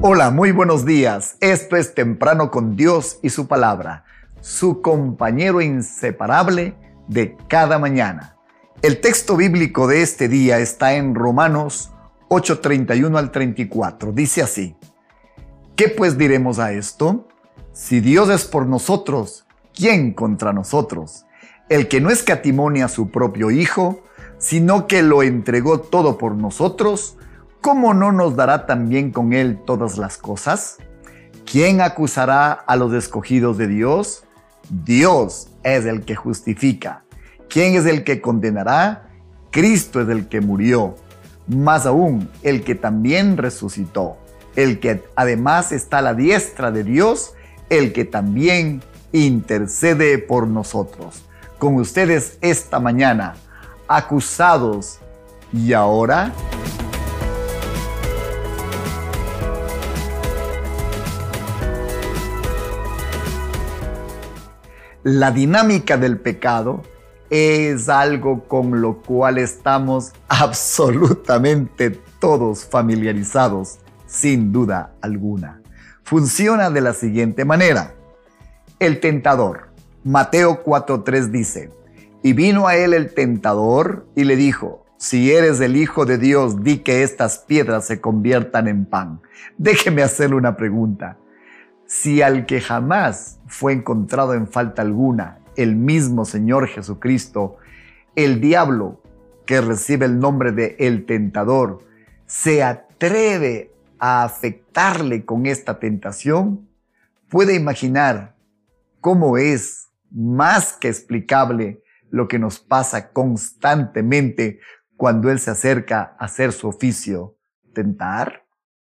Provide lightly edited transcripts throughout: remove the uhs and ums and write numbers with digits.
Hola, muy buenos días. Esto es Temprano con Dios y su palabra, su compañero inseparable de cada mañana. El texto bíblico de este día está en Romanos 8:31 al 34. Dice así: ¿Qué pues diremos a esto? Si Dios es por nosotros, ¿quién contra nosotros? El que no escatimó a su propio Hijo, sino que lo entregó todo por nosotros, ¿cómo no nos dará también con Él todas las cosas? ¿Quién acusará a los escogidos de Dios? Dios es el que justifica. ¿Quién es el que condenará? Cristo es el que murió, más aún el que también resucitó, el que además está a la diestra de Dios, el que también intercede por nosotros. Con ustedes esta mañana, acusados, ¿y ahora? La dinámica del pecado es algo con lo cual estamos absolutamente todos familiarizados, sin duda alguna. Funciona de la siguiente manera. El tentador, Mateo 4:3 dice: y vino a él el tentador y le dijo: si eres el Hijo de Dios, di que estas piedras se conviertan en pan. Déjeme hacerle una pregunta. Si al que jamás fue encontrado en falta alguna, el mismo Señor Jesucristo, el diablo, que recibe el nombre de el tentador, se atreve a afectarle con esta tentación, puede imaginar cómo es más que explicable lo que nos pasa constantemente cuando Él se acerca a hacer su oficio, tentar.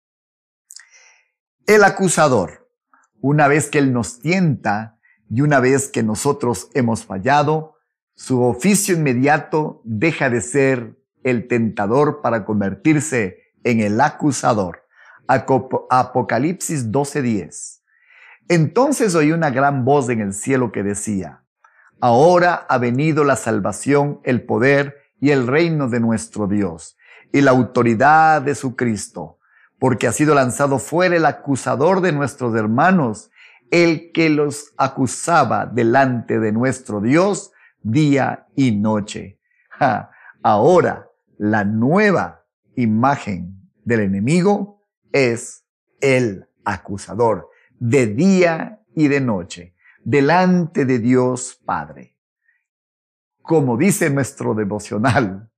El acusador, una vez que Él nos tienta y una vez que nosotros hemos fallado, su oficio inmediato deja de ser el tentador para convertirse en el acusador. Apocalipsis 12:10. Entonces oí una gran voz en el cielo que decía: ahora ha venido la salvación, el poder y el reino de nuestro Dios y la autoridad de su Cristo, porque ha sido lanzado fuera el acusador de nuestros hermanos, el que los acusaba delante de nuestro Dios día y noche. Ahora la nueva imagen del enemigo es el acusador, de día y de noche, delante de Dios Padre. Como dice nuestro devocional,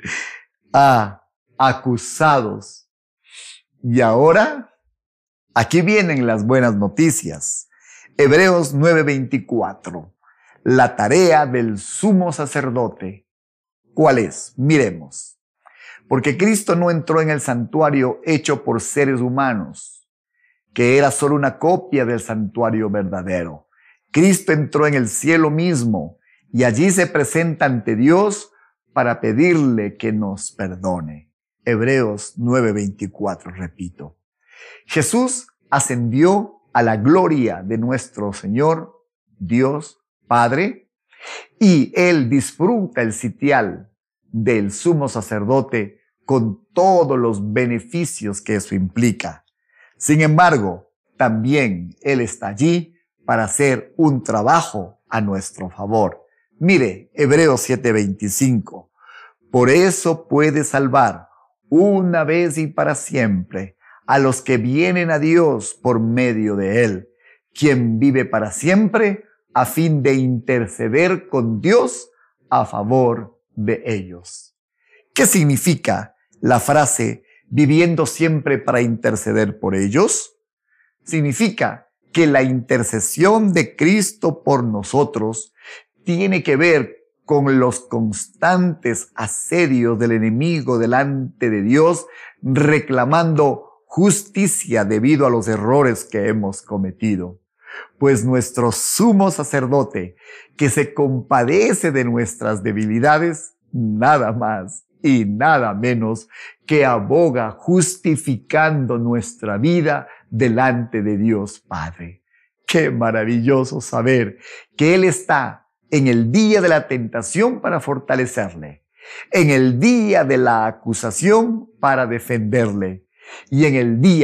acusados. Y ahora, aquí vienen las buenas noticias. Hebreos 9:24. La tarea del sumo sacerdote. ¿Cuál es? Miremos. Porque Cristo no entró en el santuario hecho por seres humanos, que era solo una copia del santuario verdadero. Cristo entró en el cielo mismo y allí se presenta ante Dios para pedirle que nos perdone. Hebreos 9:24, repito. Jesús ascendió a la gloria de nuestro Señor, Dios Padre, y Él disfruta el sitial del sumo sacerdote con todos los beneficios que eso implica. Sin embargo, también Él está allí para hacer un trabajo a nuestro favor. Mire, Hebreos 7:25. Por eso puede salvar una vez y para siempre a los que vienen a Dios por medio de Él, quien vive para siempre a fin de interceder con Dios a favor de ellos. ¿Qué significa la frase viviendo siempre para interceder por ellos? Significa que la intercesión de Cristo por nosotros tiene que ver con los constantes asedios del enemigo delante de Dios, reclamando justicia debido a los errores que hemos cometido. Pues nuestro sumo sacerdote, que se compadece de nuestras debilidades, nada más y nada menos que aboga justificando nuestra vida delante de Dios Padre. Qué maravilloso saber que Él está en el día de la tentación para fortalecerle, en el día de la acusación para defenderle, y en el día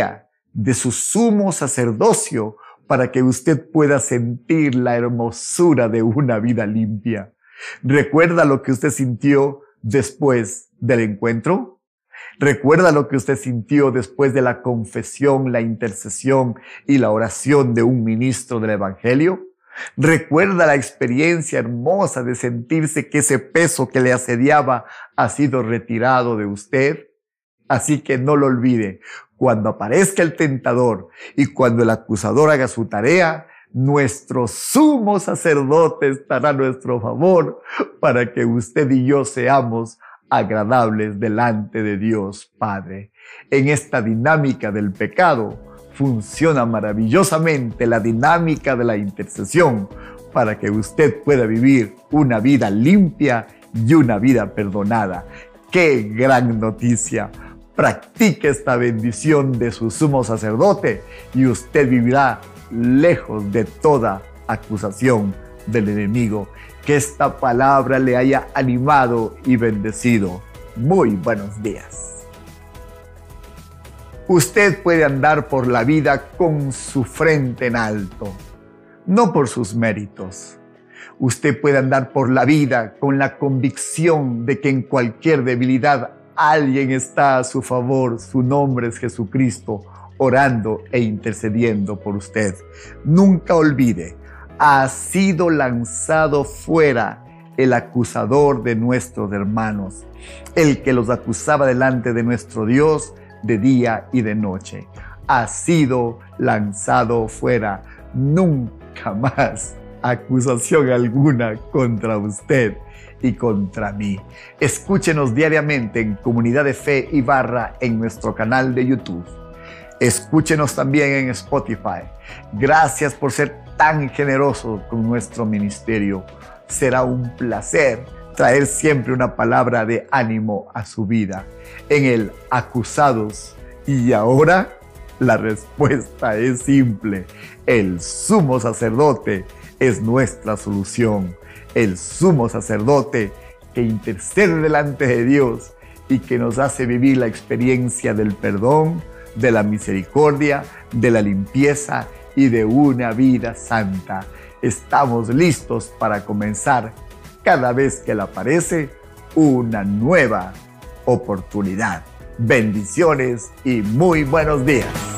de su sumo sacerdocio para que usted pueda sentir la hermosura de una vida limpia. ¿Recuerda lo que usted sintió después del encuentro? ¿Recuerda lo que usted sintió después de la confesión, la intercesión y la oración de un ministro del Evangelio? ¿Recuerda la experiencia hermosa de sentirse que ese peso que le asediaba ha sido retirado de usted? Así que no lo olvide. Cuando aparezca el tentador y cuando el acusador haga su tarea, nuestro sumo sacerdote estará a nuestro favor para que usted y yo seamos agradables delante de Dios Padre. En esta dinámica del pecado funciona maravillosamente la dinámica de la intercesión para que usted pueda vivir una vida limpia y una vida perdonada. ¡Qué gran noticia! Practique esta bendición de su sumo sacerdote y usted vivirá lejos de toda acusación del enemigo. Que esta palabra le haya animado y bendecido. Muy buenos días. Usted puede andar por la vida con su frente en alto, no por sus méritos. Usted puede andar por la vida con la convicción de que en cualquier debilidad alguien está a su favor. Su nombre es Jesucristo, orando e intercediendo por usted. Nunca olvide, ha sido lanzado fuera el acusador de nuestros hermanos, el que los acusaba delante de nuestro Dios de día y de noche. Ha sido lanzado fuera. Nunca más acusación alguna contra usted y contra mí. Escúchenos diariamente en Comunidad de Fe Ibarra en nuestro canal de YouTube. Escúchenos también en Spotify. Gracias por ser tan generosos con nuestro ministerio. Será un placer traer siempre una palabra de ánimo a su vida. En el Acusados. Y ahora la respuesta es simple. El sumo sacerdote es nuestra solución. El sumo sacerdote que intercede delante de Dios y que nos hace vivir la experiencia del perdón, de la misericordia, de la limpieza y de una vida santa. Estamos listos para comenzar cada vez que le aparece una nueva oportunidad. Bendiciones y muy buenos días.